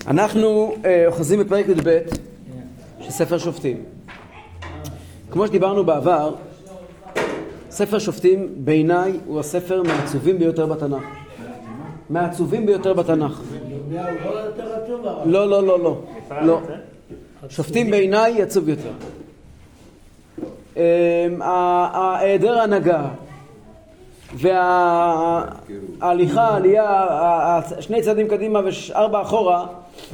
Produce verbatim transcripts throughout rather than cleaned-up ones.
אנחנו אוחזים בפרק י"ב של ספר שופטים. כמו שדיברנו בעבר, ספר שופטים בעיניי הוא הספר מהעצובים ביותר בתנ"ך. מהעצובים ביותר בתנ"ך. לא, לא, לא, לא. לא. שופטים בעיניי עצוב יותר. העדר ההנהגה וההליכה, העלייה, שני צעדים קדימה וארבע אחורה,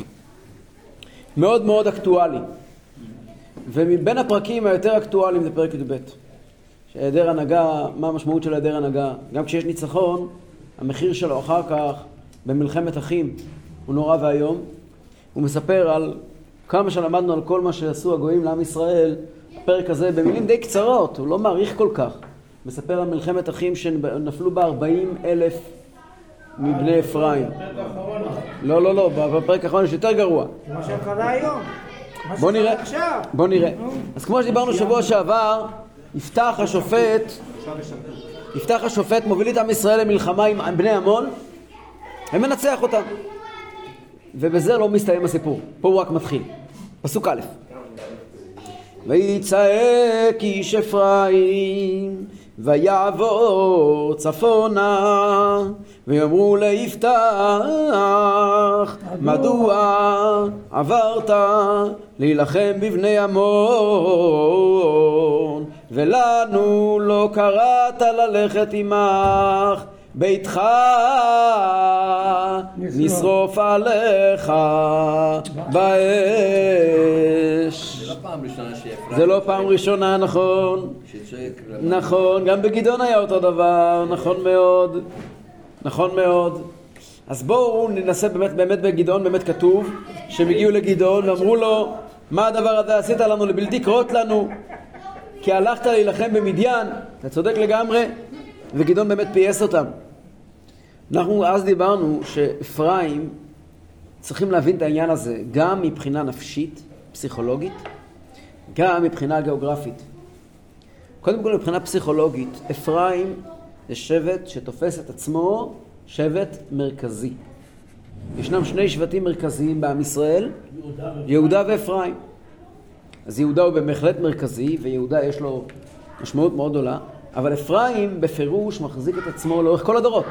מאוד מאוד אקטואלי. ומבין הפרקים היותר אקטואליים זה פרק י"ב. שהיעדר הנהגה, מה המשמעות של היעדר הנהגה? גם כשיש ניצחון, המחיר שלו אחר כך במלחמת אחים הוא נורא והיום. הוא מספר על כמה שלמדנו על כל מה שעשו הגויים לעם ישראל. הפרק הזה במילים די קצרות, הוא לא מעריך כל כך. מספר על מלחמת אחים שנפלו בה ארבעים אלף מבני אפרים. לא, לא, לא, בפרק האחרון יש יותר גרוע. מה שקרה היום. בוא נראה. בוא נראה. אז כמו שדיברנו שבוע שעבר, יפתח השופט, יפתח השופט מוביל את עם ישראל למלחמה עם בני עמון, ומנצח אותם. ובזה לא מסתיים הסיפור. פה הוא רק מתחיל. פסוק א'. ויצעק איש אפרים ויעבור צפונה ויאמרו ליפתח מדוע עברת להילחם בבני עמון ולנו לא קראת ללכת עמך ביתך נשרוף עליך באש. זה לא פעם ראשונה, נכון. נכון, גם בגדעון היה אותו דבר, נכון מאוד. נכון מאוד. אז בואו ננסה באמת, באמת בגדעון, באמת כתוב שהם הגיעו לגדעון ואמרו לו, מה הדבר הזה עשית לנו לבלתי קרות לנו? כי הלכת להילחם במדיין, אתה צודק לגמרי. וגדעון באמת פייס אותם. אנחנו אז דיברנו שאפרים צריכים להבין את העניין הזה גם מבחינה נפשית, פסיכולוגית, גם מבחינה גיאוגרפית. קודם כל מבחינה פסיכולוגית, אפרים זה שבט שתופס את עצמו שבט מרכזי. ישנם שני שבטים מרכזיים בעם ישראל, יהודה ואפרים. אז יהודה הוא בהחלט מרכזי, ויהודה יש לו משמעות מאוד גדולה, אבל אפרים בפירוש מחזיק את עצמו לאורך כל הדורות.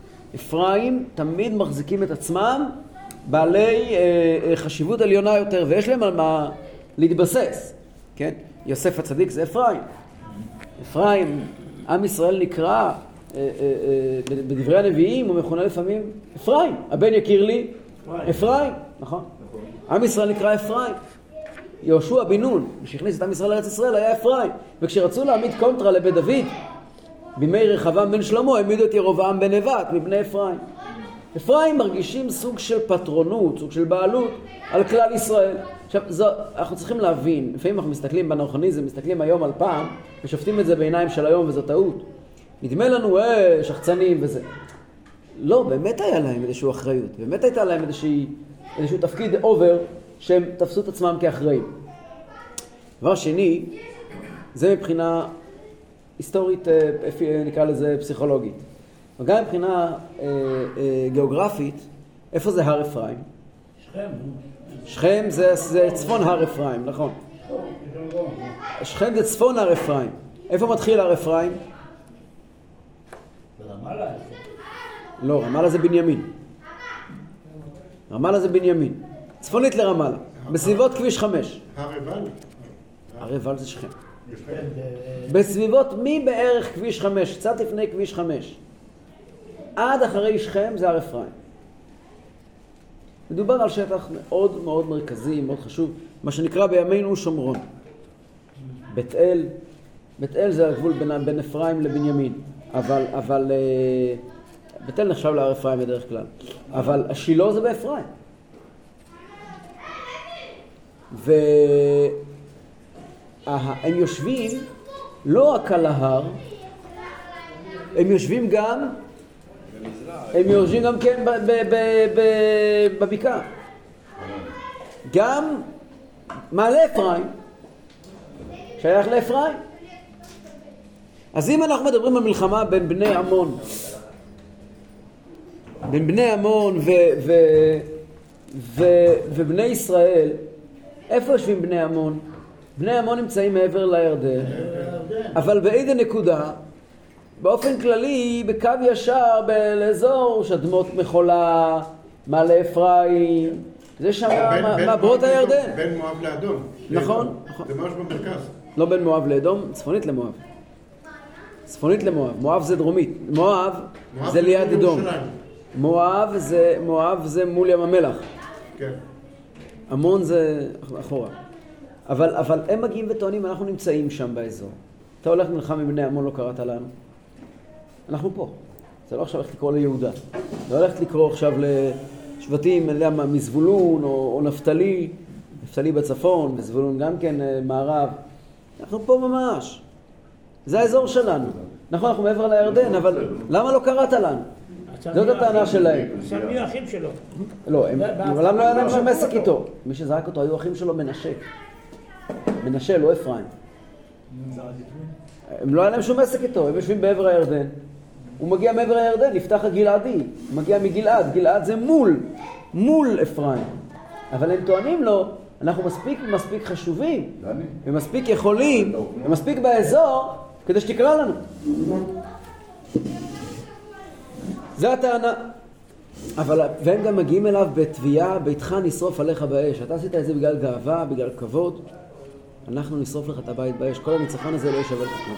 אפרים תמיד מחזיקים את עצמם בעלי אה, חשיבות עליונה יותר, ויש להם על מה להתבסס. כן? יוסף הצדיק זה אפרים. אפרים, עם ישראל נקרא, אה, אה, אה, בדברי הנביאים הוא מכונה לפעמים אפרים. הבן יכיר לי, אפרים, נכון? עם ישראל נקרא אפרים. יהושע בן נון, שהכניס את עם ישראל לארץ ישראל, היה אפרים. וכשרצו להעמיד קונטרה לבית דוד, בימי רחבעם בן שלמה, העמידו את ירבעם בן נבט מבני אפרים. אפרים מרגישים סוג של פטרונות, סוג של בעלות על כלל ישראל. עכשיו, זו, אנחנו צריכים להבין, לפעמים אנחנו מסתכלים בנכרוניזם, מסתכלים היום על פעם, ושופטים את זה בעיניים של היום, וזו טעות. נדמה לנו, אה, שחצנים וזה. לא, באמת היה להם איזושהי אחריות, באמת הייתה להם איזושהי, איזשהו תפקיד אובר, שהם תפסו את עצמם כאחראים. דבר שני, זה מבחינה היסטורית, נקרא לזה פסיכולוגית. וגם מבחינה אה, אה, גיאוגרפית, איפה זה הר אפרים? שכם. שכם זה, זה צפון הר אפרים, נכון. שכם זה צפון הר אפרים. איפה מתחיל הר אפרים? ברמאללה. לא, רמאללה זה בנימין. רמאללה זה בנימין. צפונית לרמאללה, בסביבות כביש חמש. הר עיבל? הר עיבל זה שכם. בסביבות מי בערך כביש חמש, קצת לפני כביש חמש. עד אחרי שכם זה הר אפרים. מדובר על שטח מאוד מאוד מרכזי, מאוד חשוב, מה שנקרא בימינו שומרון. בית אל, בית אל זה הגבול בין, בין אפרים לבנימין, אבל, אבל בית אל נחשב להר אפרים בדרך כלל, אבל השילה זה באפרים. והם יושבים לא רק על ההר, הם יושבים גם, הם יושבים גם כן בבקעה. גם מעלה אפרים, שייך לאפרים. אז אם אנחנו מדברים על מלחמה בין בני עמון, בין בני עמון ו... ו ו, ובני ישראל, איפה יושבים בני עמון? בני עמון נמצאים מעבר לירדן, אבל באיזה נקודה? באופן כללי, בקו ישר, באזור שדמות מחולה, מעלה אפרים, זה שם מעברות הירדן. בין מואב לאדום. נכון. זה ממש במרכז. לא בין מואב לאדום, צפונית למואב. צפונית למואב. מואב זה דרומית. מואב זה ליד אדום. מואב זה, מואב זה מול ים המלח. כן. עמון זה אחורה. אבל, אבל הם מגיעים וטוענים, אנחנו נמצאים שם באזור. אתה הולך מלחם מבני עמון, לא קראת לנו. אנחנו פה. זה לא עכשיו הולך לקרוא ליהודה. זה הולך לקרוא עכשיו לשבטים, אני יודע מה, מזבולון או, או נפתלי. נפתלי בצפון, וזבולון גם כן מערב. אנחנו פה ממש. זה האזור שלנו. נכון, אנחנו מעבר לירדן, אבל למה לא קראת לנו? זאת הטענה שלהם. עכשיו מי האחים שלו? לא, מעולם לא היה להם שום עסק איתו. מי שזרק אותו היו אחים שלו מנשה. מנשה, לא אפרים. הם לא היה להם שום עסק איתו, הם יושבים בעבר הירדן. הוא מגיע מעבר הירדן, נפתח הגלעדי. הוא מגיע מגלעד, גלעד זה מול, מול אפרים. אבל הם טוענים לו, אנחנו מספיק מספיק חשובים, ומספיק יכולים, ומספיק באזור, כדי שתקרא לנו. זה הטענה. אבל, והם גם מגיעים אליו בתביעה, ביתך נשרוף עליך באש. אתה עשית את זה בגלל גאווה, בגלל כבוד. אנחנו נשרוף לך את הבית באש. כל הניצחון הזה לא ישווה לך כלום.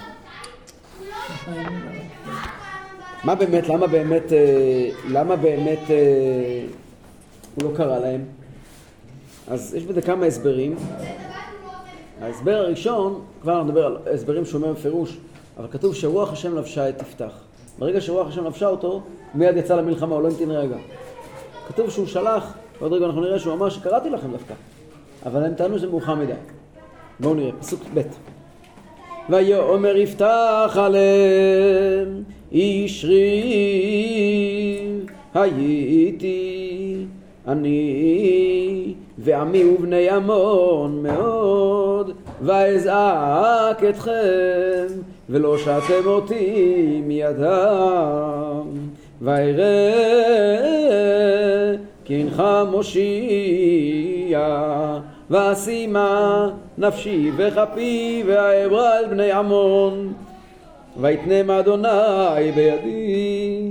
מה באמת, למה באמת, למה באמת הוא לא קרא להם? אז יש בזה כמה הסברים. ההסבר הראשון, כבר נדבר על הסברים שאומר בפירוש, אבל כתוב שרוח השם לבשה את תפתח. ברגע שרוח השם לבשה אותו, מיד יצא למלחמה, הוא לא המתין רגע. כתוב שהוא שלח, ועוד רגע אנחנו נראה שהוא אמר שקראתי לכם דווקא. אבל הם טענו שזה מאוחר מדי. בואו נראה, פסוק ב' ויאמר יפתח עליהם איש ריב הייתי אני ועמי ובני עמון מאוד ואזעק אתכם ולא שעתם אותי מידם ויראה כי אינך מושיע ואשימה נפשי וכפי ואעברה אל בני עמון ויתנם אדוני בידי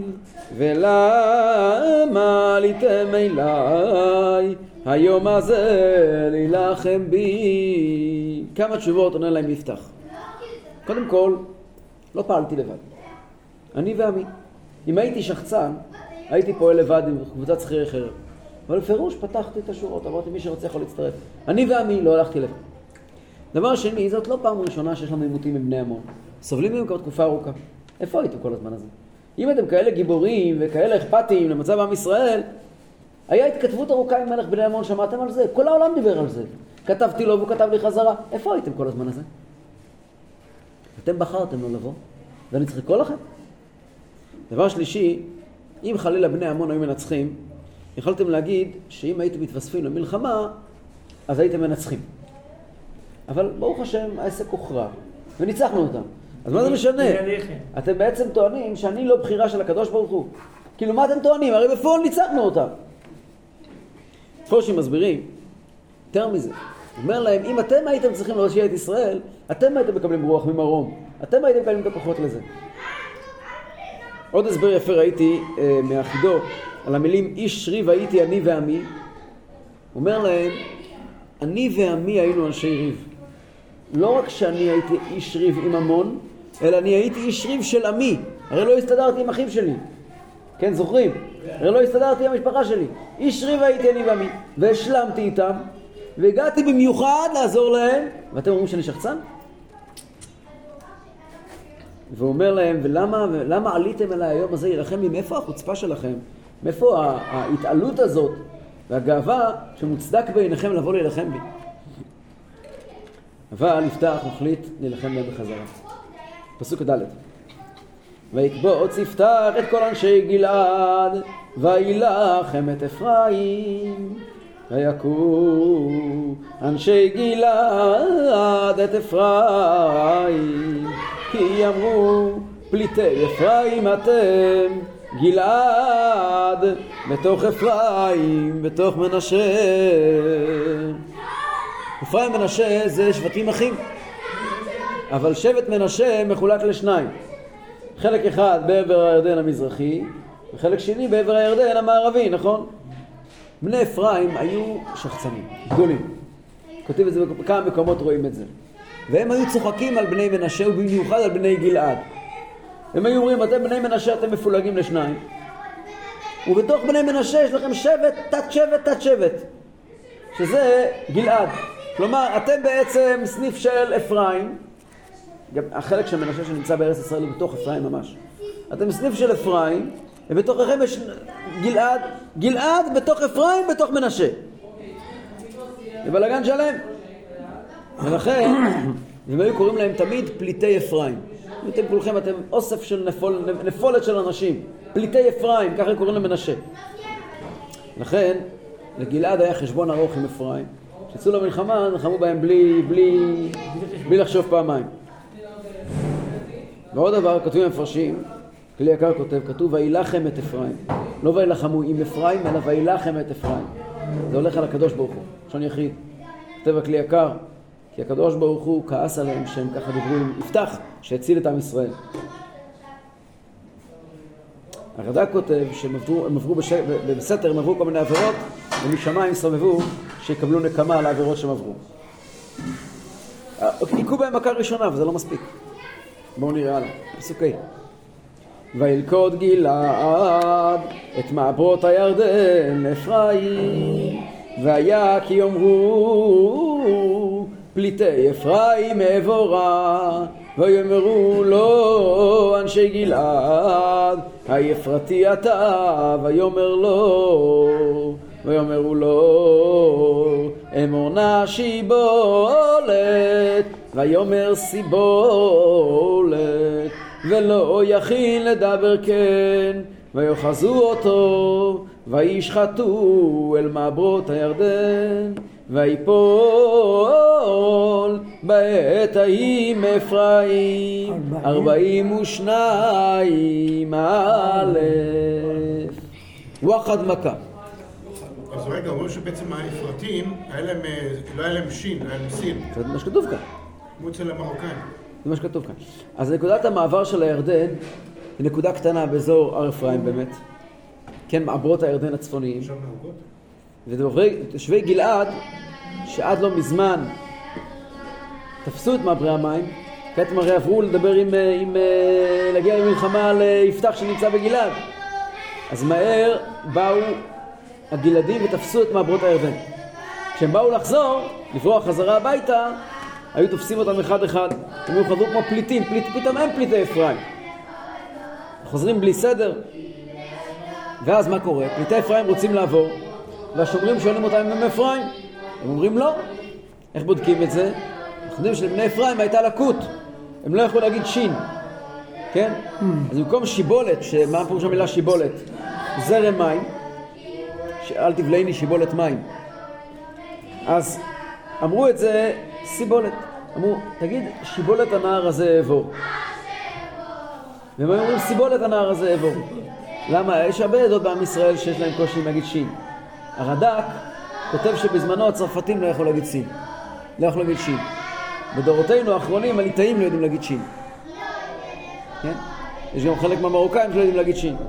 ולמה עליתם אליי היום הזה להילחם בי. כמה תשובות עונה להם יפתח. קודם כל, לא פעלתי לבד, אני ועמי. אם הייתי שחצן הייתי פועל לבד עם קבוצת שכירי חרב, אבל בפירוש פתחתי את השורות, אמרתי מי שרוצה יכול להצטרף. אני ועמי לא הלכתי לבד. דבר שני, זאת לא פעם ראשונה שיש לנו עימותים עם בני עמון. סובלים מהם כבר תקופה ארוכה. איפה הייתם כל הזמן הזה? אם אתם כאלה גיבורים וכאלה אכפתיים למצב עם ישראל, היה התכתבות ארוכה עם מלך בני עמון, שמעתם על זה? כל העולם דיבר על זה. כתבתי לו והוא כתב לי חזרה. איפה הייתם כל הזמן הזה? אתם בחרתם לא לבוא, ואני צריך לקרוא לכם. דבר שלישי, אם חלילה בני עמון היו מנצחים, יכולתם להגיד שאם הייתם מתווספים למלחמה, אז הייתם מנצחים. אבל ברוך השם, העסק הוכרע, וניצחנו אותם. אז מה זה משנה? אתם בעצם טוענים שאני לא בחירה של הקדוש ברוך הוא. כאילו מה אתם טוענים? הרי בפועל ניצחנו אותם. פורשים מסבירים, יותר מזה. אומר להם, אם אתם הייתם צריכים להושיע את ישראל, אתם הייתם מקבלים רוח ממרום. אתם הייתם מקבלים את הכוחות לזה. עוד הסבר יפה ראיתי אה, מהחידו, על המילים איש ריב הייתי אני ועמי. אומר להם, אני ועמי היינו אנשי ריב. לא רק שאני הייתי איש ריב עם עמון, אלא אני הייתי איש ריב של עמי. הרי לא הסתדרתי עם אחים שלי. כן, זוכרים? הרי לא הסתדרתי עם המשפחה שלי. איש ריב הייתי אני ועמי. והשלמתי איתם, והגעתי במיוחד לעזור להם. ואתם אומרים שאני שחצן? והוא אומר להם, ולמה, ולמה עליתם אליי היום הזה ילחם לי? מאיפה החוצפה שלכם? מאיפה ההתעלות הזאת והגאווה שמוצדק בעיניכם לבוא להילחם בי? אבל יפתח מחליט להילחם בהם בחזרה. פסוק ד' ויקבוץ יפתח את כל אנשי גלעד וילחם את אפרים ויקו אנשי גלעד את אפרים כי אמרו פליטי אפרים אתם גלעד בתוך אפרים, בתוך מנשה. אפרים ומנשה זה שבטים אחים, אבל שבט מנשה מחולק לשניים. חלק אחד בעבר הירדן המזרחי, וחלק שני בעבר הירדן המערבי, נכון? בני אפרים היו שחצנים, גדולים. כותב את זה בכמה מקומות, רואים את זה. והם היו צוחקים על בני מנשה ובמיוחד על בני גלעד. הם היו אומרים, אתם בני מנשה, אתם מפולגים לשניים. ובתוך בני מנשה יש לכם שבט, תת שבט, תת שבט. שזה גלעד. כלומר, אתם בעצם סניף של אפרים. גם החלק של מנשה שנמצא בארץ ישראל הוא בתוך אפרים ממש. אתם סניף של אפרים, ובתוככם יש גלעד. גלעד בתוך אפרים, בתוך מנשה. זה בלגן שלם. ולכן, הם היו קוראים להם תמיד פליטי אפרים. אתם כולכם, אתם אוסף של נפול, נפולת של אנשים. פליטי אפרים, ככה הם קוראים למנשה. לכן, לגלעד היה חשבון ארוך עם אפרים. כשיצאו למלחמה, נלחמו בהם בלי, בלי, בלי לחשוב פעמיים. ועוד דבר, כתובים המפרשים, כלי יקר כותב, כתוב, וילחם את אפרים. לא וילחמו עם אפרים, אלא וילחם את אפרים. זה הולך על הקדוש ברוך הוא, שון יחיד. כותב הכלי יקר, כי הקדוש ברוך הוא כעס עליהם שהם ככה דיברו עם יפתח, שהציל את עם ישראל. הרד"ק כותב שהם עברו, הם עברו בש... בסתר, הם עברו כל מיני עבירות, ומשמיים סובבו שיקבלו נקמה על העבירות שהם עברו. עיקו בהם מכה ראשונה, וזה לא מספיק. בואו נראה הלאה, פסוקי. וילכוד גלעד את מעברות הירדן אפרים, והיה כי יאמרו פליטי אפרים אבורה, ויאמרו לו אנשי גלעד היפרתי אתה, ויאמר לו ויאמרו לו אמור נא שיבולת, ויאמר סיבולת, ולא יכין לדבר כן, ויוחזו אותו, וישחטו אל מעברות הירדן, ויפול בעת ההיא מאפרים ארבעים ושניים א' וואחד מכה. אז רגע, אומרים שבעצם האפרתים, לא היה להם שין, היה להם סין. זה מה שכתוב כאן. כמו אצל המרוקאים. זה מה שכתוב כאן. אז נקודת המעבר של הירדן היא נקודה קטנה באזור הר אפרים באמת. כן, מעברות הירדן הצפוניים. שם נהוגות? ותושבי גלעד, שעד לא מזמן תפסו את מעברי המים, כעת הם הרי עברו לדבר עם, עם, להגיע למלחמה על יפתח שנמצא בגלעד. אז מהר באו הגלעדים ותפסו את מעברות הירדן. כשהם באו לחזור, לברוח חזרה הביתה, היו תופסים אותם אחד אחד. הם היו חזרו כמו פליטים, פליט, פתאום הם פליטי אפרים. חוזרים בלי סדר. ואז מה קורה? פליטי אפרים רוצים לעבור, והשומרים שואלים אותם אם הם אפרים. הם אומרים לא. איך בודקים את זה? אנחנו יודעים שלבני אפרים הייתה לקות. הם לא יכולו להגיד שין. כן? אז במקום שיבולת, מה פירוש המילה שיבולת? זרם מים. אל תבלעיני שיבולת מים. אז אמרו את זה סיבולת. אמרו, תגיד, שיבולת הנהר הזה אעבור. והם אומרים, סיבולת הנהר הזה אעבור. למה? יש הרבה עדות בעם ישראל שיש להם קושי להגיד שין. הרד"ק כותב שבזמנו הצרפתים לא יכולו להגיד סין. לא יכולו להגיד שין. בדורותינו האחרונים הליטאים לא יודעים להגיד שין. כן? יש גם חלק מהמרוקאים שלא יודעים להגיד שין.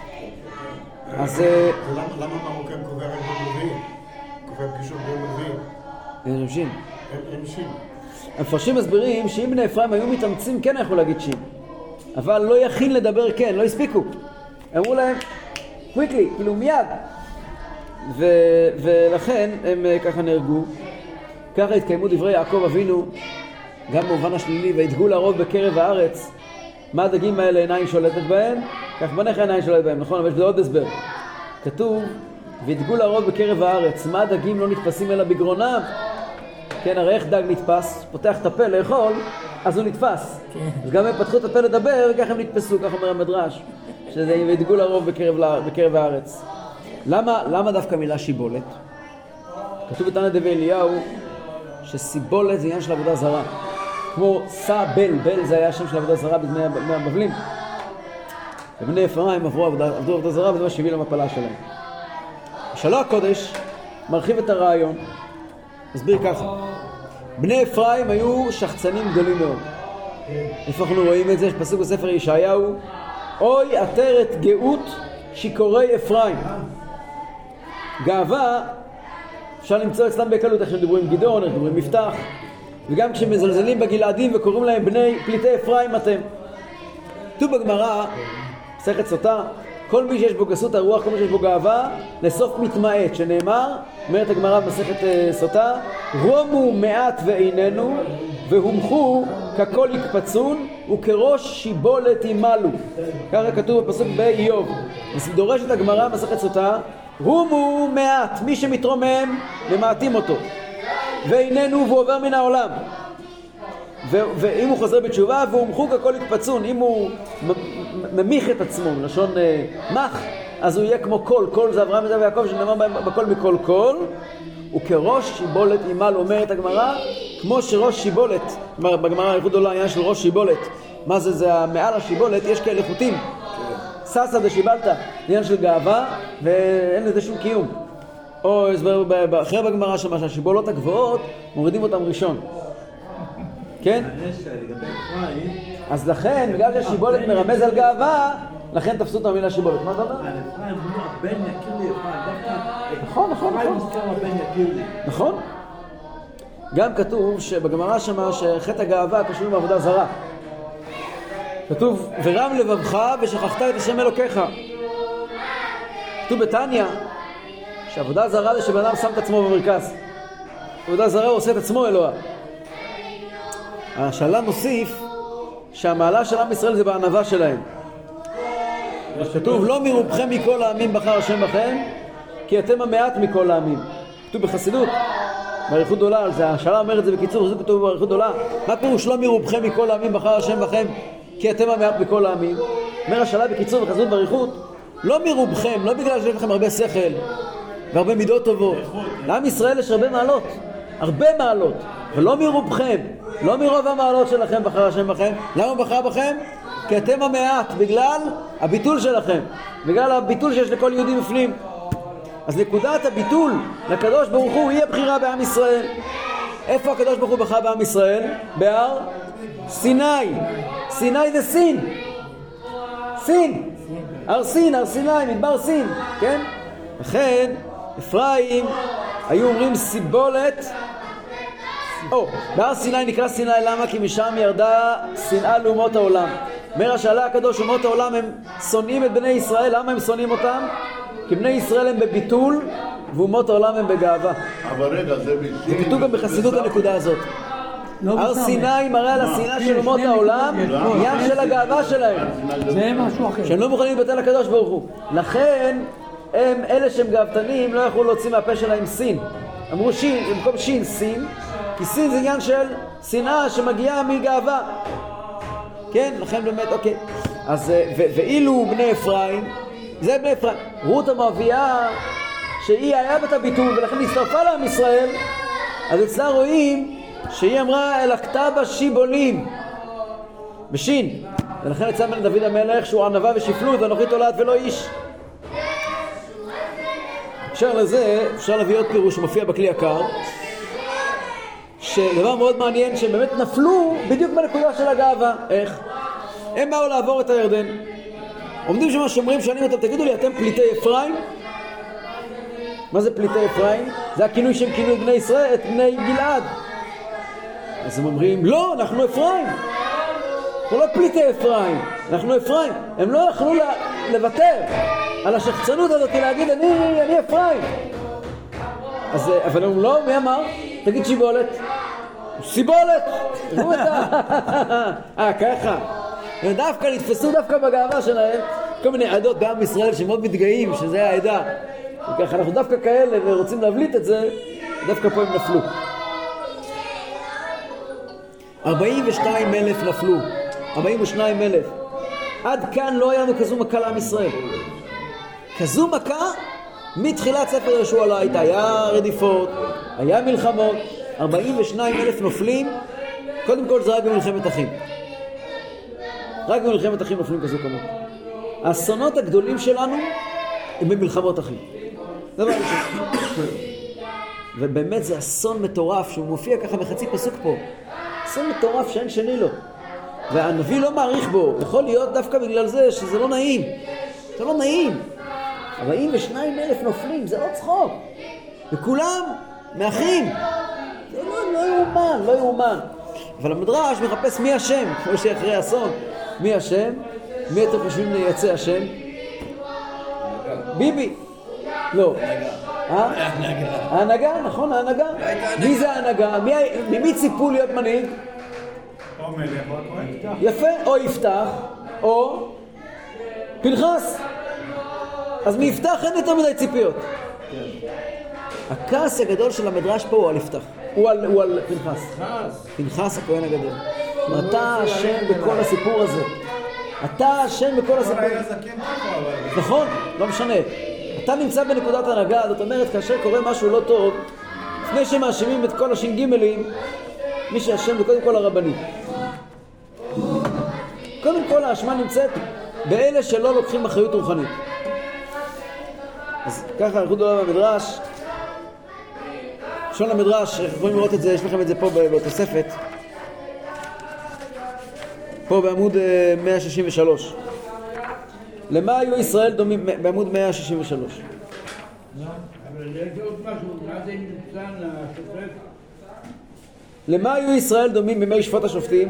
אז... למה המרוקאים קובע רק במרביעים? קובע פגישות במרביעים? אין שם שין. אין שין. המפרשים מסבירים שאם בני אפרים היו מתאמצים כן יכולו להגיד שין. אבל לא יכין לדבר כן, לא הספיקו. אמרו להם, קוויקלי, כאילו מיד. ו- ולכן הם ככה נהרגו. ככה התקיימו דברי יעקב אבינו, גם במובן השלילי, והתגו לרוב בקרב הארץ. מה הדגים האלה עיניים שולטת בהם? כך בנך עיניים שולטת בהם, נכון? אבל יש בזה עוד הסבר. כתוב, והתגו לרוב בקרב הארץ. מה הדגים לא נתפסים אלא בגרונם? כן, הרי איך דג נתפס? פותח את הפה לאכול, אז הוא נתפס. אז גם הם פתחו את הפה לדבר, וכך הם נתפסו, כך אומר המדרש. שזה והתגו לרוב בקרב, בקרב הארץ. למה, למה דווקא מילה שיבולת? כתוב בתנא דבי אליהו שסיבולת זה עניין של עבודה זרה. כמו סבל, בל זה היה שם של עבודה זרה בזמני הבבלים. ובני אפרים עברו עבודה, עבדו עבודה זרה, וזה מה שהביא למפלה שלהם. שלח הקודש מרחיב את הרעיון, מסביר ככה. בני אפרים היו שחצנים גדולים מאוד. איפה אנחנו רואים את זה? יש פסוק בספר ישעיהו, אוי עטרת גאות שיכורי אפרים. גאווה אפשר למצוא אצלם בקלות, איך שדיברו עם גדעון, איך שדיברו עם מפתח, וגם כשמזלזלים בגלעדים וקוראים להם בני פליטי אפרים אתם. כתוב בגמרא, מסכת סוטה, כל מי שיש בו גסות הרוח, כל מי שיש בו גאווה, לסוף מתמעט, שנאמר, אומרת הגמרא במסכת סוטה, רומו מעט ואיננו, והומחו ככל יקפצון, וכראש שיבולת ימלו. ככה כתוב בפסוק באיוב. דורשת הגמרא במסכת סוטה, רומו מעט, מי שמתרומם, ממעטים אותו. ואיננו, והוא עובר מן העולם. ו- ואם הוא חוזר בתשובה, והומחו ככל יקפצון, אם הוא ממיך את עצמו, לשון uh, מח, אז הוא יהיה כמו קול, קול זה אברהם ויעקב שנאמר בקול מכל קול, וכראש שיבולת ימל, אומרת הגמרא, כמו שראש שיבולת, בגמרא איחוד עולה העניין של ראש שיבולת, מה זה? זה מעל השיבולת, יש כאלה חוטים, ססה דשיבלת, עניין של גאווה, ואין לזה שום קיום. או אחרי בגמרא שמה שהשיבולות הגבוהות, מורידים אותם ראשון. כן? אז לכן, בגלל שהשיבולת מרמז על גאווה, לכן תפסו את המילה שיבולת. מה אתה אומר? הבן יכיר לי אפרים. נכון, נכון, נכון. נכון. גם כתוב שבגמרא שמה שחטא הגאווה קשור בעבודה זרה. כתוב, ורם לבבך ושכחת את השם אלוקיך. כתוב בתניא, שעבודה זרה זה שבן אדם שם את עצמו במרכז. עבודה זרה הוא עושה את עצמו אלוה. השאלה מוסיף שהמעלה של עם ישראל זה בענווה שלהם. כתוב, לא מרובכם מכל העמים בחר השם בכם, כי אתם המעט מכל העמים. כתוב בחסידות, באריכות גדולה על זה, השאלה אומרת את זה בקיצור, זה כתוב באריכות גדולה. מה פירוש לא מרובכם מכל העמים בחר השם בכם, כי אתם המעט מכל העמים? אומר השאלה בקיצור בחסידות באריכות, לא מרובכם, לא בגלל שיש לכם הרבה שכל והרבה מידות טובות. לעם ישראל יש הרבה מעלות, הרבה מעלות, ולא מרובכם, לא מרוב המעלות שלכם בחר השם בכם. למה הוא בחר בכם? כי אתם המעט, בגלל הביטול שלכם, בגלל הביטול שיש לכל יהודי בפנים. אז נקודת הביטול לקדוש ברוך הוא היא הבחירה בעם ישראל. איפה הקדוש ברוך הוא בחר בעם ישראל? בהר סיני. סיני זה סין, סין, הר סין, הר סיני, מדבר סין, כן? לכן אפרים היו אומרים סיבולת. או, בהר סיני נקרא סיני, למה? כי משם ירדה שנאה לאומות העולם. אומר השאלה הקדוש, אומות העולם הם שונאים את בני ישראל. למה הם שונאים אותם? כי בני ישראל הם בביטול ואומות העולם הם בגאווה. אבל רגע, זה ביטול. זה כתוב גם בחסידות הנקודה הזאת. הר סיני מראה על השנאה של אומות העולם, ים של הגאווה שלהם. זה משהו אחר. שהם לא מוכנים לבטל לקדוש ברוך הוא. לכן הם, אלה שהם גאוותנים, לא יכולו להוציא מהפה שלהם סין. אמרו שין, במקום שין, סין, כי סין זה עניין של שנאה שמגיעה מגאווה. כן, לכן באמת, אוקיי. אז, ו- ואילו בני אפרים, זה בני אפרים. רות המואביה, שהיא היה בת הביטול, ולכן הצטרפה לעם ישראל, אז אצלה רואים שהיא אמרה, אלקתה בשיבולים, בשין. ולכן יצא מן דוד המלך, שהוא ענווה ושפלות, ואנוכי תולעת ולא איש. אפשר לזה, אפשר להביא עוד פירוש שמופיע בכלי יקר, שדבר מאוד מעניין, שהם באמת נפלו בדיוק בנקודה של הגאווה. איך? הם באו לעבור את הירדן, עומדים שם שומרים, שואלים אותם, תגידו לי, אתם פליטי אפרים? מה זה פליטי אפרים? זה הכינוי שהם כינו את בני ישראל, את בני גלעד. אז הם אומרים, לא, אנחנו אפרים, אנחנו לא פליטי אפרים, אנחנו אפרים. הם לא יכלו לוותר על השחצנות הזאת, להגיד, אני, אני אפרים. אז, אבל הם לא, מי אמר? תגיד שיבולת. שיבולת! תראו את ה... אה, ככה. הם דווקא נתפסו דווקא בגאווה שלהם, כל מיני עדות בעם ישראל שמאוד מתגאים שזה העדה. וככה אנחנו דווקא כאלה ורוצים להבליט את זה, דווקא פה הם נפלו. ארבעים ושניים אלף נפלו. ארבעים ושניים אלף. עד כאן לא היה לנו כזו מכה לעם ישראל. כזו מכה מתחילת ספר יהושע לא הייתה. היה רדיפות, היה מלחמות. ארבעים ושניים אלף נופלים. קודם כל זה רק במלחמת אחים. רק במלחמת אחים נופלים כזו כמות. האסונות הגדולים שלנו הם במלחמות אחים. דבר ראשון. ובאמת זה אסון מטורף שהוא מופיע ככה בחצי פסוק פה. אסון מטורף שאין שני לו. והנביא לא מעריך בו. יכול להיות דווקא בגלל זה שזה לא נעים. זה לא נעים. ארבעים ושניים אלף נופלים, זה לא צחוק. וכולם מאחים. זה לא, לא יאומן, לא יאומן. אבל המדרש מחפש מי השם, כמו שאחרי אסון. מי השם? מי אתם חושבים לייצא השם? ביבי. לא. ההנהגה, נכון, ההנהגה. מי זה ההנהגה? ממי ציפו להיות מנהיג? או מלך או הכהן. יפה, או יפתח, או פנחס. אז מיפתח אין יותר מדי ציפיות. הכעס הגדול של המדרש פה הוא על יפתח. הוא על, הוא על פנחס. פנחס הכהן הגדול. אתה אשם בכל הסיפור הזה. אתה אשם בכל הסיפור הזה. נכון, לא משנה. אתה נמצא בנקודת הנהגה, זאת אומרת, כאשר קורה משהו לא טוב, לפני שמאשימים את כל השינגימלים, מי שאשם זה קודם כל הרבנים. קודם כל האשמה נמצאת באלה שלא לוקחים אחריות רוחנית. אז ככה אנחנו דולה במדרש. שון המדרש, יכולים לראות את זה, יש לכם את זה פה בתוספת. פה בעמוד מאה שישים ושלוש. למה היו ישראל דומים? בעמוד מאה שישים ושלוש. למה היו ישראל דומים בימי שפוט השופטים?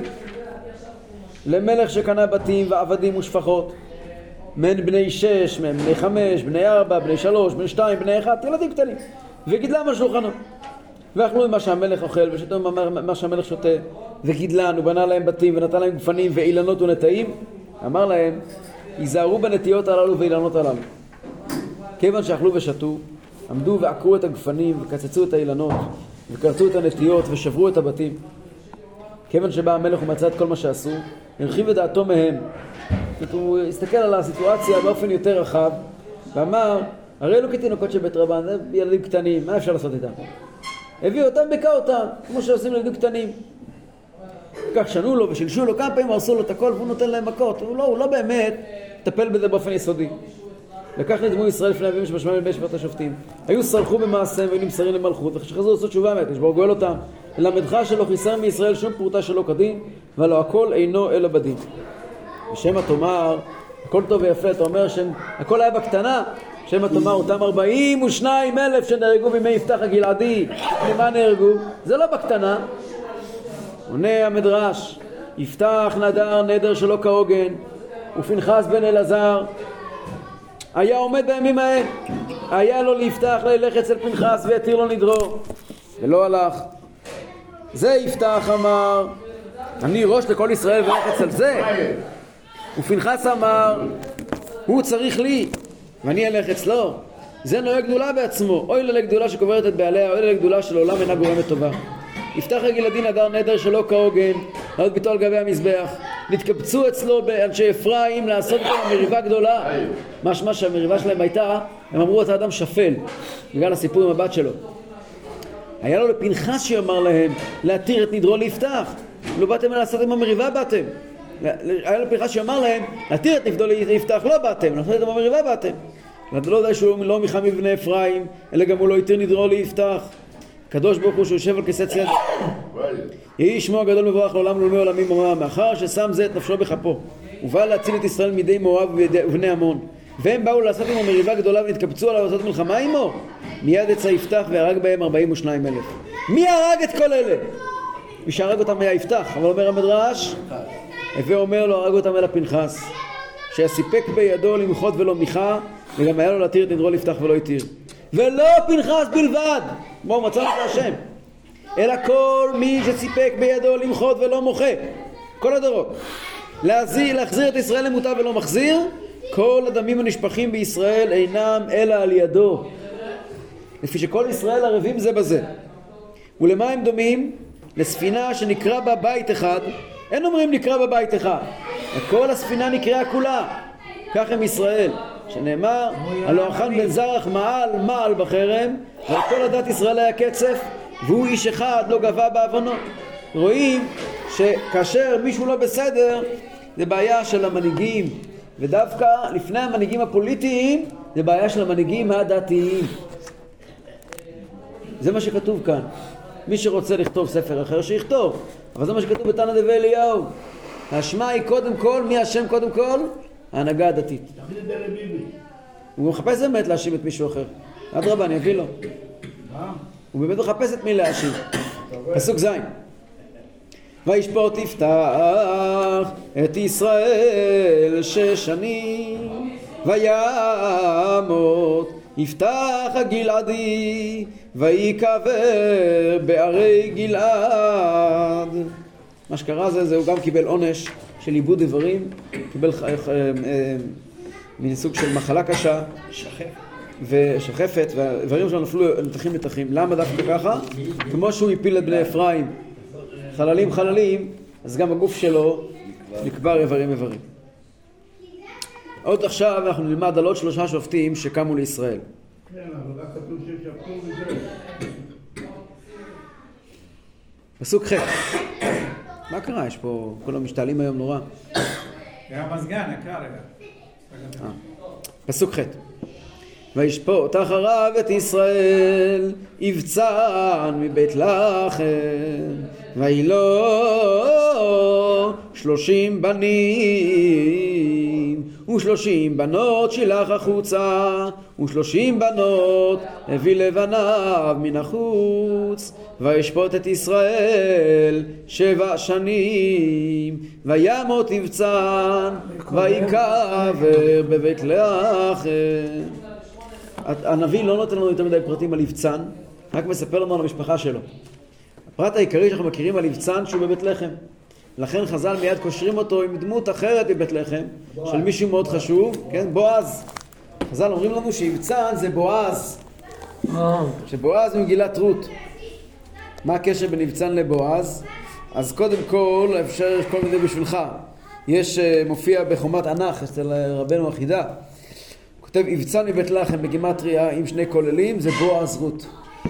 למלך שקנה בתים ועבדים ושפחות, מן בני שש, מן בני חמש, בני ארבע, בני שלוש, בני שתיים, בני אחד, ילדים קטנים, וגידלם על שולחנו, ואכלו ממה שהמלך אוכל ושתו מה שהמלך שותה, וגידלן ובנה להם בתים ונתן להם גפנים ואילנות ונטעים. אמר להם, ייזהרו בנטיות הללו ואילנות הללו, כיוון שאכלו ושתו, עמדו ועקרו את הגפנים וקצצו את האילנות וקרצו את הנטיות ושברו את הבתים. כיוון שבא המלך ומצא את כל מה שעשו, הרחיב את דעתו מהם. הוא הסתכל על הסיטואציה באופן יותר רחב ואמר, הרי אלו כתינוקות של בית רבן, זה ילדים קטנים, מה אפשר לעשות איתם? הביאו אותם, ביקע אותם, כמו שעושים לילדים קטנים. כך שנו לו ושלשו לו, כמה פעמים הרסו לו את הכל והוא נותן להם מכות. הוא לא, הוא לא באמת טפל בזה באופן יסודי. וכך נדמו ישראל לפני אביהם שבשמיים לבית שפט השופטים. היו סרחו במעשיהם והיו נמסרים למלכות, וכשחזרו לעשות תשובה מת, כשבור גואל אותם. ללמדך שלא חיסר מישראל שום פרוטה שלא כדין, ולא הכל אינו אלא בדין. ושמה תאמר, הכל טוב ויפה, אתה אומר שהכל היה בקטנה, שמה תאמר, אותם ארבעים ושניים אלף שנהרגו בימי יפתח הגלעדי, למה נהרגו? זה לא בקטנה. עונה המדרש, יפתח נדר נדר שלא כהוגן, ופנחס בן אלעזר היה עומד בימים ההם, היה לו ליפתח ללך אצל פנחס ויתיר לו נדרו, ולא הלך. זה יפתח אמר, אני ראש לכל ישראל ולך אצל זה. ופנחס אמר, הוא צריך לי ואני אלך אצלו. זה נוהג גדולה בעצמו, אוי לה לגדולה שקוברת את בעליה, אוי לה לגדולה של העולם אינה גורמת טובה. יפתח הגלעדי נדר נדר שלא כהוגן, לעלות ביתו על גבי המזבח, נתקבצו אצלו באנשי אפרים לעשות פה מריבה גדולה. משמע שהמריבה שלהם הייתה, הם אמרו את האדם שפל בגלל הסיפור עם הבת שלו. היה לו לפנחס שאמר להם להתיר את נדרו ליפתח, לא באתם לעשות עם המריבה, באתם. היה לו פנחס שאמר להם להתיר את נדרו ליפתח, לא באתם, לעשות עם המריבה, באתם. ואתה לא יודע שהוא לא מחמי בני אפרים, אלא גם הוא לא התיר נדרו ליפתח. קדוש ברוך הוא שיושב על כיסא צדק, יהי שמו הגדול מבורך לעולם ולעולמי עולמים עמם, מאחר ששם זה את נפשו בכפו ובא להציל את ישראל מידי מואב ובני עמון, והם באו לעשות עם המריבה גדולה ונתקבצו עליו לעשות מלחמה עמו. מיד יצא יפתח והרג בהם ארבעים ושניים אלף. מי הרג את כל אלה? מי שהרג אותם היה יפתח, אבל אומר המדרש, ואומר לו הרג אותם אלא פנחס, שיסיפק בידו למחות ולא מיכה, וגם היה לו להתיר את נדרו ליפתח ולא התיר. ולא פנחס בלבד, בואו מצאנו את השם, אלא כל מי שסיפק בידו למחות ולא מוחה, כל הדורות, להחזיר, להחזיר את ישראל למוטב ולא מחזיר, כל הדמים הנשפכים בישראל אינם אלא על ידו, לפי שכל ישראל ערבים זה בזה. ולמה הם דומים? לספינה שנקרא בה בית אחד, אין אומרים נקרא בה בית אחד, כל הספינה נקראה כולה, כך הם ישראל, שנאמר, הלא אחן בן זרח מעל מעל בחרם, ועל כל הדת ישראל היה קצף, והוא איש אחד לא גבה בעוונות. רואים שכאשר מישהו לא בסדר, זה בעיה של המנהיגים, ודווקא לפני המנהיגים הפוליטיים, זה בעיה של המנהיגים הדתיים. זה מה שכתוב כאן. מי שרוצה לכתוב ספר אחר, שיכתוב. אבל זה מה שכתוב בתנא דבי אליהו. האשמה היא קודם כל, מי אשם קודם כל? ההנהגה הדתית. הוא מחפש באמת להאשים את מישהו אחר. אדרבה, אני אביא לו. הוא באמת מחפש את מי להאשים. פסוק זין. וישפוט יפתח את ישראל שש שנים, וימות יפתח הגלעדי, ויקבר בערי גלעד. מה שקרה זה, זה הוא גם קיבל עונש של איבוד איברים, קיבל מסוג של מחלה קשה, ושחפת, והאיברים שלו נפלו נתחים נתחים. למה דווקא ככה? כמו שהוא הפיל את בני אפרים חללים חללים, אז גם הגוף שלו נקבר איברים איברים. עוד עכשיו אנחנו נלמד על עוד שלושה שופטים שקמו לישראל. כן, אבל רק כתוב ששפטו וזה. פסוק ח'. מה קרה? יש פה, כל המשתעלים היום נורא. היה מזגן, יקר רגע. פסוק ח'. וישפוט אחריו את ישראל, יבצן מבית לחם, וילו שלושים בנים, ושלושים בנות שילח החוצה, ושלושים בנות הביא לבניו מן החוץ. וישפוט את ישראל שבע שנים, וימות יבצן, ויקבר בבית לחם. הנביא לא נותן לנו יותר מדי פרטים על יבצן, רק מספר לנו על המשפחה שלו. הפרט העיקרי שאנחנו מכירים על יבצן שהוא בבית לחם. לכן חז"ל מיד קושרים אותו עם דמות אחרת בבית לחם, של מישהו מאוד חשוב, כן? בועז. חז"ל אומרים לנו שיבצן זה בועז. שבועז הוא מגילת רות. מה הקשר בין יבצן לבועז? אז קודם כל, אפשר כל מיני בשבילך. יש מופיע בחומת ענך אצל רבנו החידה. כותב יבצן מבית לחם בגימטריה עם שני כוללים, זה בועז רות.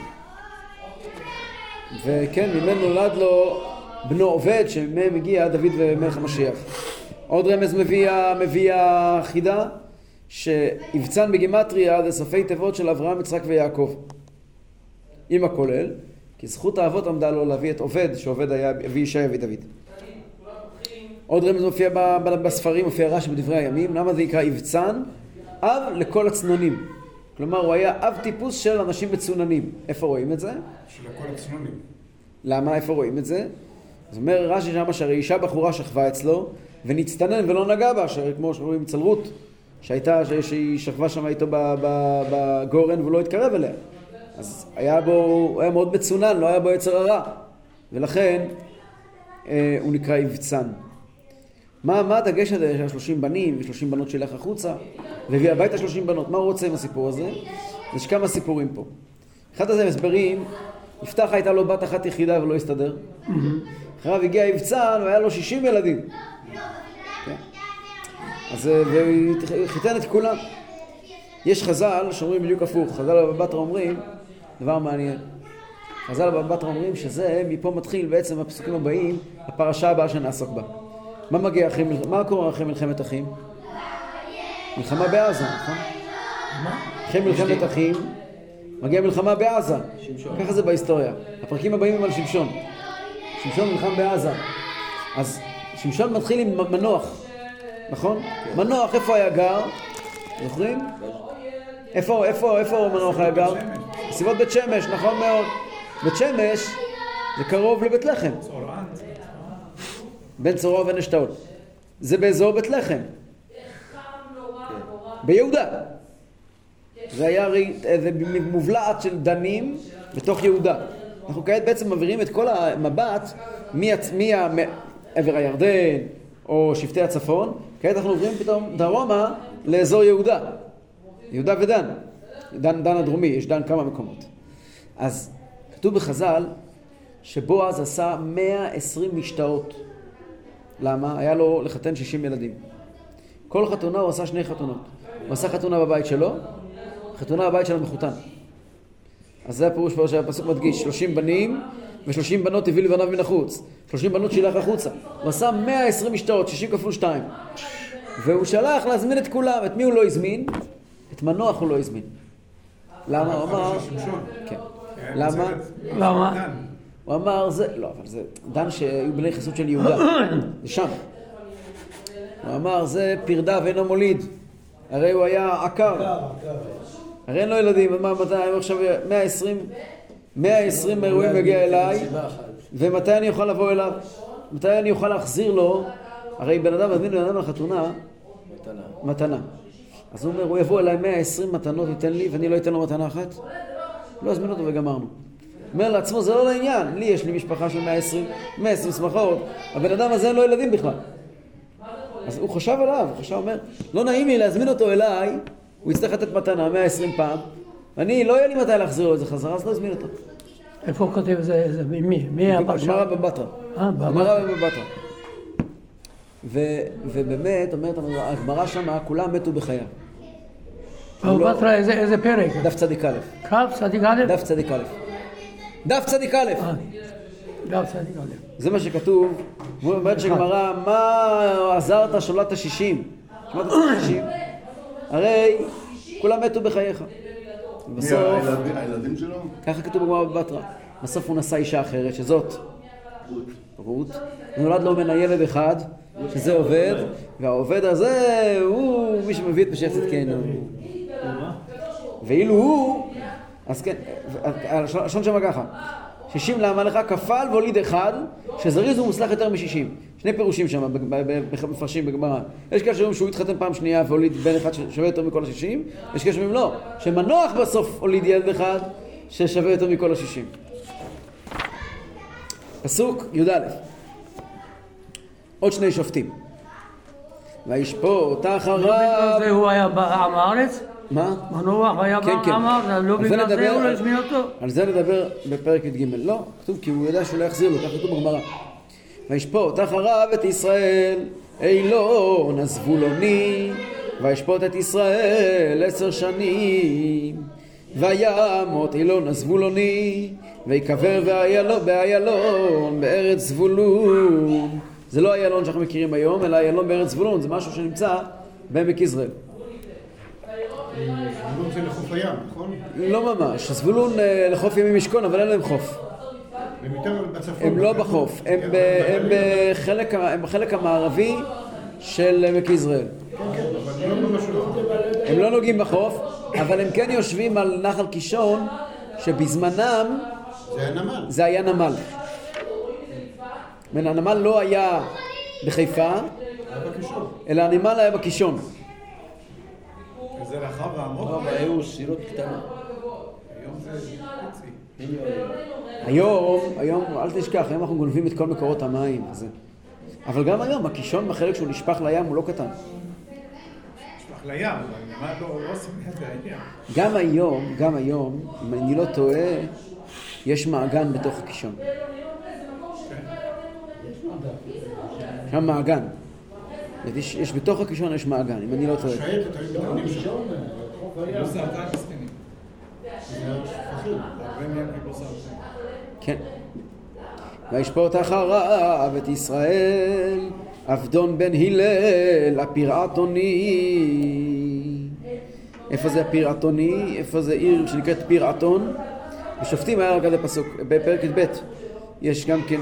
וכן, ממנו נולד לו בנו עובד, שמהם הגיע דוד ומלך המשיח. עוד רמז מביא, מביא החידה, שיבצן בגימטריה זה סופי תיבות של אברהם, יצחק ויעקב. עם הכולל, כי זכות האבות עמדה לו להביא את עובד, שעובד היה אבי ישי אבי דוד. עוד רמז מופיע בספרים, מופיע רש"י בדברי הימים, למה זה יקרא יבצן? אב לכל הצנונים. כלומר, הוא היה אב טיפוס של אנשים מצוננים. איפה רואים את זה? של כל הצנונים. למה? איפה רואים את זה? זאת אומרת, רש"י שמה שהרי אישה בחורה שכבה אצלו, ונצטנן ולא נגע בה, כמו שרואים אצל רות, שהייתה, שהיא שכבה שם איתו בגורן והוא לא התקרב אליה. אז היה בו, הוא היה מאוד מצונן, לא היה בו יצר הרע. ולכן, אה, הוא נקרא יבצן. מה, מה הדגש הזה? יש שלושים בנים, שלושים בנות שילך החוצה, והביא הביתה שלושים בנות. מה הוא רוצה עם הסיפור הזה? יש כמה סיפורים פה. אחד הזה הסברים, יפתח הייתה לו בת אחת יחידה ולא הסתדר. אחריו הגיע יבצן והיה לו שישים ילדים. אז הוא חיתן את כולם. יש חז"ל שאומרים בדיוק הפוך. חז"ל בבא בתרא אומרים, דבר מעניין. חז"ל בבא בתרא אומרים שזה, מפה מתחיל בעצם הפסוקים הבאים, הפרשה הבאה שנעסוק בה. מה מגיע אחרי מלחמת, מה קורה אחרי מלחמת אחים? מלחמה בעזה, נכון? אחרי מלחמת אחים, מגיע מלחמה בעזה. ככה זה בהיסטוריה. הפרקים הבאים הם על שמשון. שמשון מלחם בעזה. אז שמשון מתחיל עם מנוח, נכון? מנוח, איפה היה גר? זוכרים? איפה, איפה, איפה מנוח היה גר? בסביבות בית שמש, נכון מאוד. בית שמש זה קרוב לבית לחם. בין צורע ובין אשתאול. זה באזור בית לחם. ביהודה. זה היה איזה מובלעת של דנים בתוך יהודה. אנחנו כעת בעצם מעבירים את כל המבט מעבר הירדן או שבטי הצפון. כעת אנחנו עוברים פתאום דרומה לאזור יהודה. יהודה ודן. דן, דן הדרומי, יש דן כמה מקומות. אז כתוב בחז"ל שבועז עשה מאה ועשרים משתאות. למה? היה לו לחתן שישים ילדים. כל חתונה הוא עשה שני חתונות. הוא עשה חתונה בבית שלו, חתונה בבית של המחותן. אז זה הפירוש פה שהפסוק מדגיש, שלושים בנים ושלושים בנות הביא לבניו מן החוץ. שלושים בנות שילח החוצה. הוא עשה מאה ועשרים משתאות, שישים כפול שתיים. והוא שלח להזמין את כולם. את מי הוא לא הזמין? את מנוח הוא לא הזמין. למה? הוא אמר... כן. למה? למה? הוא אמר, זה... לא, אבל זה... דן שהיו בני חסות של יהודה. זה שם. הוא אמר, זה פרדה ואינו מוליד. הרי הוא היה עקר. הרי אין לו ילדים. מה, מתי? עכשיו מאה ועשרים... מאה ועשרים אירועים מגיע אליי. ומתי אני יכול לבוא אליו? מתי אני אוכל להחזיר לו? הרי בן אדם מזמין בן אדם לחתונה. מתנה. מתנה. אז הוא אומר, הוא יבוא אליי מאה ועשרים מתנות ייתן לי, ואני לא אתן לו מתנה אחת? לא אזמין אותו וגמרנו. אומר לעצמו, זה לא לעניין. לי יש לי משפחה של מאה ועשרים, מאה ועשרים שמחות. הבן אדם הזה אין לו ילדים בכלל. אז הוא חשב עליו, הוא חשב, אומר, לא נעים לי להזמין אותו אליי, הוא יצטרך לתת מתנה מאה ועשרים פעם, ואני לא יהיה לי מתי להחזיר לו את זה חזרה, אז לא אזמין אותו. איפה הוא כותב זה? מי? מי הפרשה? גמרא בבא בתרא. אה, בבא. גמרא בבא בתרא. ובאמת, אומרת, הגמרא שמה, כולם מתו בחייו. בבא בתרא איזה פרק? דף צדיק א'. דף צדיק א'? דף צדיק א'. דף צדיק א'. דף צדיק א'. זה מה שכתוב. הוא אומר שגמרא, מה עזרת שולת שישים? שולת שישים. הרי כולם מתו בחייך. בסוף, הילדים שלו? ככה כתוב בגמרא בבא בתרא. בסוף הוא נשא אישה אחרת, שזאת רות. נולד לו ממנה ילד אחד, שזה עובד, והעובד הזה הוא מי שמביא את משיח צדקנו. ואילו הוא, אז כן, השון שמה ככה, שישים לעמלך כפל והוליד אחד, שזריז הוא מוצלח יותר משישים. שני פירושים שם, מפרשים בגמרא. יש כאלה שאומרים שהוא התחתן פעם שנייה והוליד בן אחד ששווה יותר מכל השישים, יש כאלה שאומרים לא, שמנוח בסוף הוליד ילד אחד ששווה יותר מכל השישים. פסוק י"א. עוד שני שופטים. וישפוט אחריו... זה הוא היה בעם הארץ? מה? מנוח היה כן, כן. בעם הארץ, לא בגלל זה הוא לא הזמין אותו? על זה נדבר בפרק י"ג. לא, כתוב כי הוא ידע שהוא לא יחזיר לו, כך כתוב בגמרא. וישפוט אחריו את ישראל, אילון הזבולוני, וישפוט את ישראל עשר שנים. וימות אילון הזבולוני, ויקבר באיילון בארץ זבולון. זה לא איילון שאנחנו מכירים היום, אלא איילון בארץ זבולון, זה משהו שנמצא בעמק יזרעאל. זבולון זה לחוף הים, נכון? לא ממש, זבולון לחוף ימים ישכון, אבל אין להם חוף. הם יותר בצפון. הם לא בחוף, הם בחלק, הם בחלק המערבי של עמק יזרעאל. כן, כן, אבל לא ממש לא. הם לא נוגעים בחוף, אבל הם כן יושבים על נחל קישון, שבזמנם זה היה נמל. זה היה נמל. הנמל לא היה בחיפה, היה בקישון. אלא הנמל היה בקישון. זה רחב ועמוק. אבל היו סירות קטנות. היום זה חצי. היום, היום, אל תשכח, היום אנחנו גונבים את כל מקורות המים. אז... אבל גם היום, הקישון בחלק שהוא נשפך לים הוא לא קטן. נשפך לים, אבל נמל לא עושים את זה העניין. גם היום, גם היום, אם אני לא טועה, יש מעגן בתוך הקישון. שם מעגן. יש, יש בתוך הקישון יש מעגן, אם אני לא טועה. שייטת, היו מתאמנים שם. לא סרטן מסכנים. זה השפכים. הרבה מהם קיבלו סרטן. כן. וישפוט אחריו את ישראל, עבדון בן הלל, הפירעתוני. איפה זה הפירעתוני? איפה זה עיר שנקראת פירעתון? בשופטים היה כזה פסוק, בפרק ב' יש גם כן,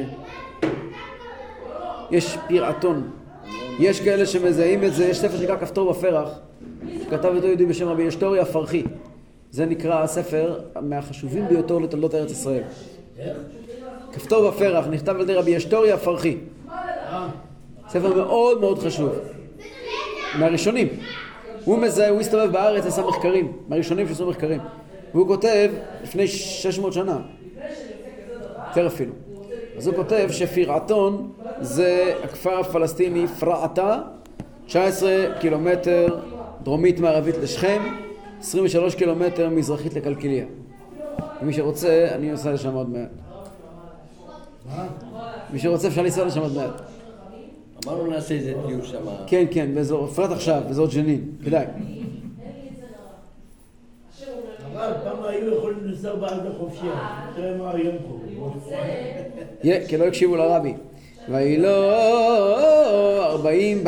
יש פירעתון. יש כאלה שמזהים את זה, יש ספר שנקרא כפתור בפרח, שכתב אותו יהודי בשם רבי ישתוריה הפרחי. זה נקרא הספר מהחשובים ביותר לתולדות ארץ ישראל. כפתור בפרח נכתב על ידי רבי ישתוריה הפרחי. ספר מאוד מאוד חשוב. מהראשונים. הוא מזהה, הוא הסתובב בארץ, עשה מחקרים, מהראשונים שעשו מחקרים. והוא כותב לפני שש מאות שנה. יותר אפילו. אז הוא כותב שפירעתון זה הכפר הפלסטיני פרעתה, תשע עשרה קילומטר דרומית מערבית לשכם, עשרים ושלושה קילומטר מזרחית לקלקיליה. ומי שרוצה, אני נוסע לשם עוד מעט. מי שרוצה אפשר לנסוע לשם עוד מעט. אמרנו נעשה איזה טיול שם. כן, כן, באזור, אפרת עכשיו, באזור ג'נין, כדאי. אבל פעם היו יכולים לנסוע בעד החופשייה, תראה מה היום קורה. כי לא הקשיבו לרבי. ויהי לו ארבעים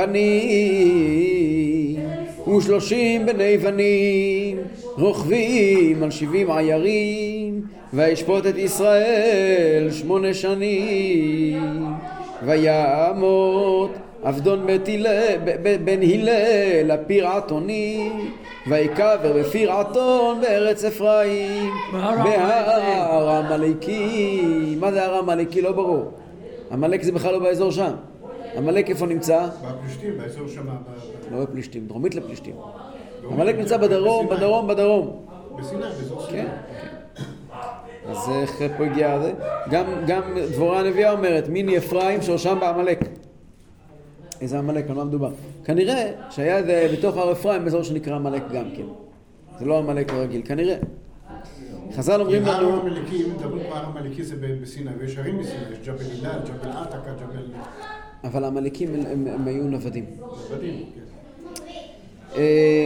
בנים ושלושים בני בנים רוכבים על שבעים עיירים וישפוט את ישראל שמונה שנים וימות עבדון בן הלל הפירעתוני ויקבר בפירעתון בארץ אפרים בהר עמלקי. מה זה הר עמלקי? לא ברור. עמלק זה בכלל לא באזור שם. עמלק איפה נמצא? בפלישתים, באזור שם. לא בפלישתים, דרומית לפלישתים. עמלק נמצא בדרום, בדרום, בדרום. בסיני, באזור סיני. כן. אז איך פה הגיע זה? גם, גם דבורה הנביאה אומרת, מיני אפרים שורשם בעמלק. איזה עמלק, על מה מדובר? כנראה שהיה זה בתוך הר אפרים אזור שנקרא עמלק גם כן. זה לא עמלק הרגיל, כנראה. חז"ל אומרים לנו... הר עמלקי, אם מדברים פה הר עמלקי זה בסיני, ויש ערים בסיני, יש ג'בל הילל, ג'בל עתקה, ג'בל... אבל העמלקים הם, הם, הם היו נוודים. נוודים, כן.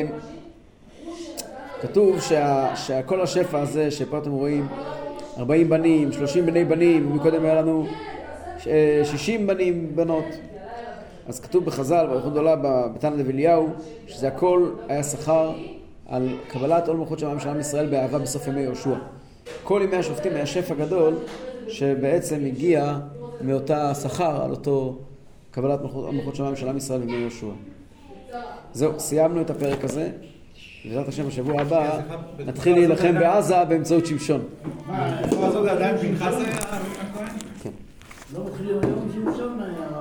כתוב שה, שכל השפע הזה שפה אתם רואים ארבעים בנים, שלושים בני בנים, מקודם היה לנו שישים בנים בנות. אז כתוב בחז"ל, באריכות גדולה, בתנא דב אליהו, שזה הכל היה שכר על קבלת עול מלכות שמיים של עם ישראל באהבה בסוף ימי יהושע. כל ימי השופטים היה שפע גדול שבעצם הגיע מאותה שכר על אותו קבלת מלכות שמיים של עם ישראל בימי יהושע. זהו, סיימנו את הפרק הזה. בעזרת השם בשבוע הבא נתחיל להילחם בעזה באמצעות שמשון. מה, איפה הזאת עדיין פנחס היה? לא מתחילים היום שמשון?